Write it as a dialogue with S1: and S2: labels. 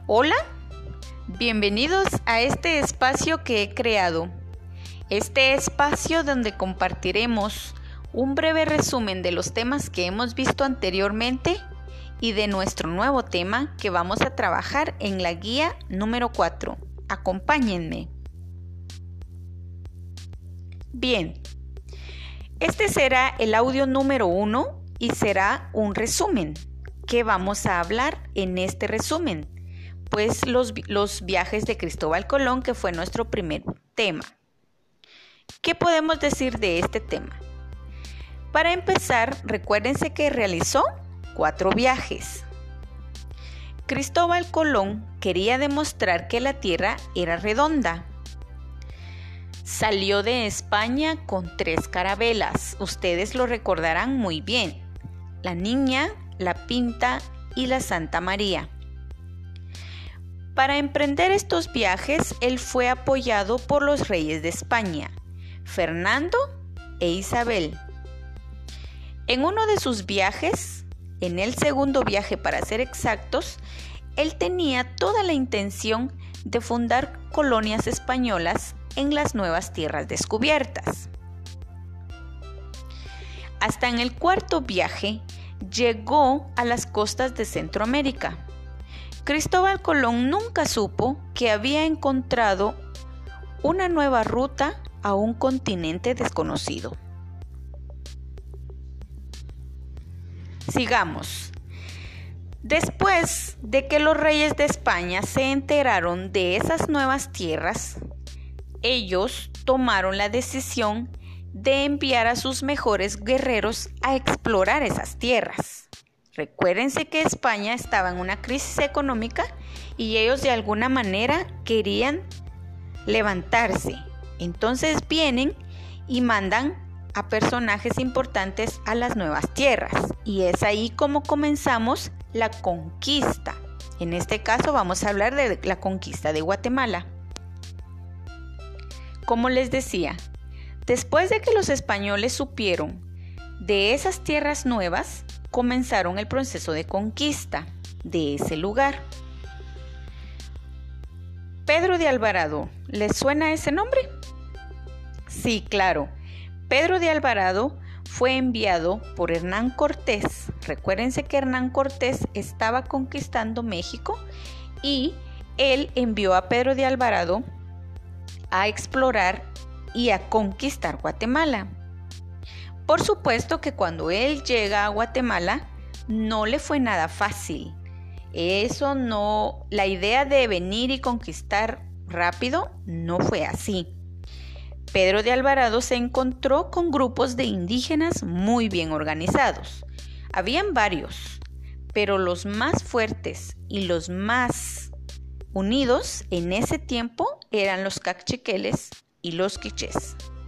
S1: Hola, bienvenidos a este espacio que he creado. Este espacio donde compartiremos un breve resumen de los temas que hemos visto anteriormente y de nuestro nuevo tema que vamos a trabajar en la guía número 4. Acompáñenme. Bien, este será el audio número 1 y será un resumen. ¿Qué vamos a hablar en este resumen? Pues los viajes de Cristóbal Colón, que fue nuestro primer tema. ¿Qué podemos decir de este tema? Para empezar, recuérdense que realizó 4 viajes. Cristóbal Colón quería demostrar que la Tierra era redonda. Salió de España con 3 carabelas. Ustedes lo recordarán muy bien. La Niña, la Pinta y la Santa María. Para emprender estos viajes, él fue apoyado por los reyes de España, Fernando e Isabel. En uno de sus viajes, en el segundo viaje para ser exactos, él tenía toda la intención de fundar colonias españolas en las nuevas tierras descubiertas. Hasta en el cuarto viaje, llegó a las costas de Centroamérica. Cristóbal Colón nunca supo que había encontrado una nueva ruta a un continente desconocido. Sigamos. Después de que los reyes de España se enteraron de esas nuevas tierras, ellos tomaron la decisión de enviar a sus mejores guerreros a explorar esas tierras. Recuérdense que España estaba en una crisis económica y ellos de alguna manera querían levantarse. Entonces vienen y mandan a personajes importantes a las nuevas tierras. Y es ahí como comenzamos la conquista. En este caso vamos a hablar de la conquista de Guatemala. Como les decía, después de que los españoles supieron de esas tierras nuevas, comenzaron el proceso de conquista de ese lugar. Pedro de Alvarado, ¿les suena ese nombre? Sí, claro. Pedro de Alvarado fue enviado por Hernán Cortés. Recuérdense que Hernán Cortés estaba conquistando México y él envió a Pedro de Alvarado a explorar y a conquistar Guatemala. Por supuesto que cuando él llega a Guatemala no le fue nada fácil. La idea de venir y conquistar rápido no fue así. Pedro de Alvarado se encontró con grupos de indígenas muy bien organizados. Habían varios, pero los más fuertes y los más unidos en ese tiempo eran los cachiqueles y los quichés.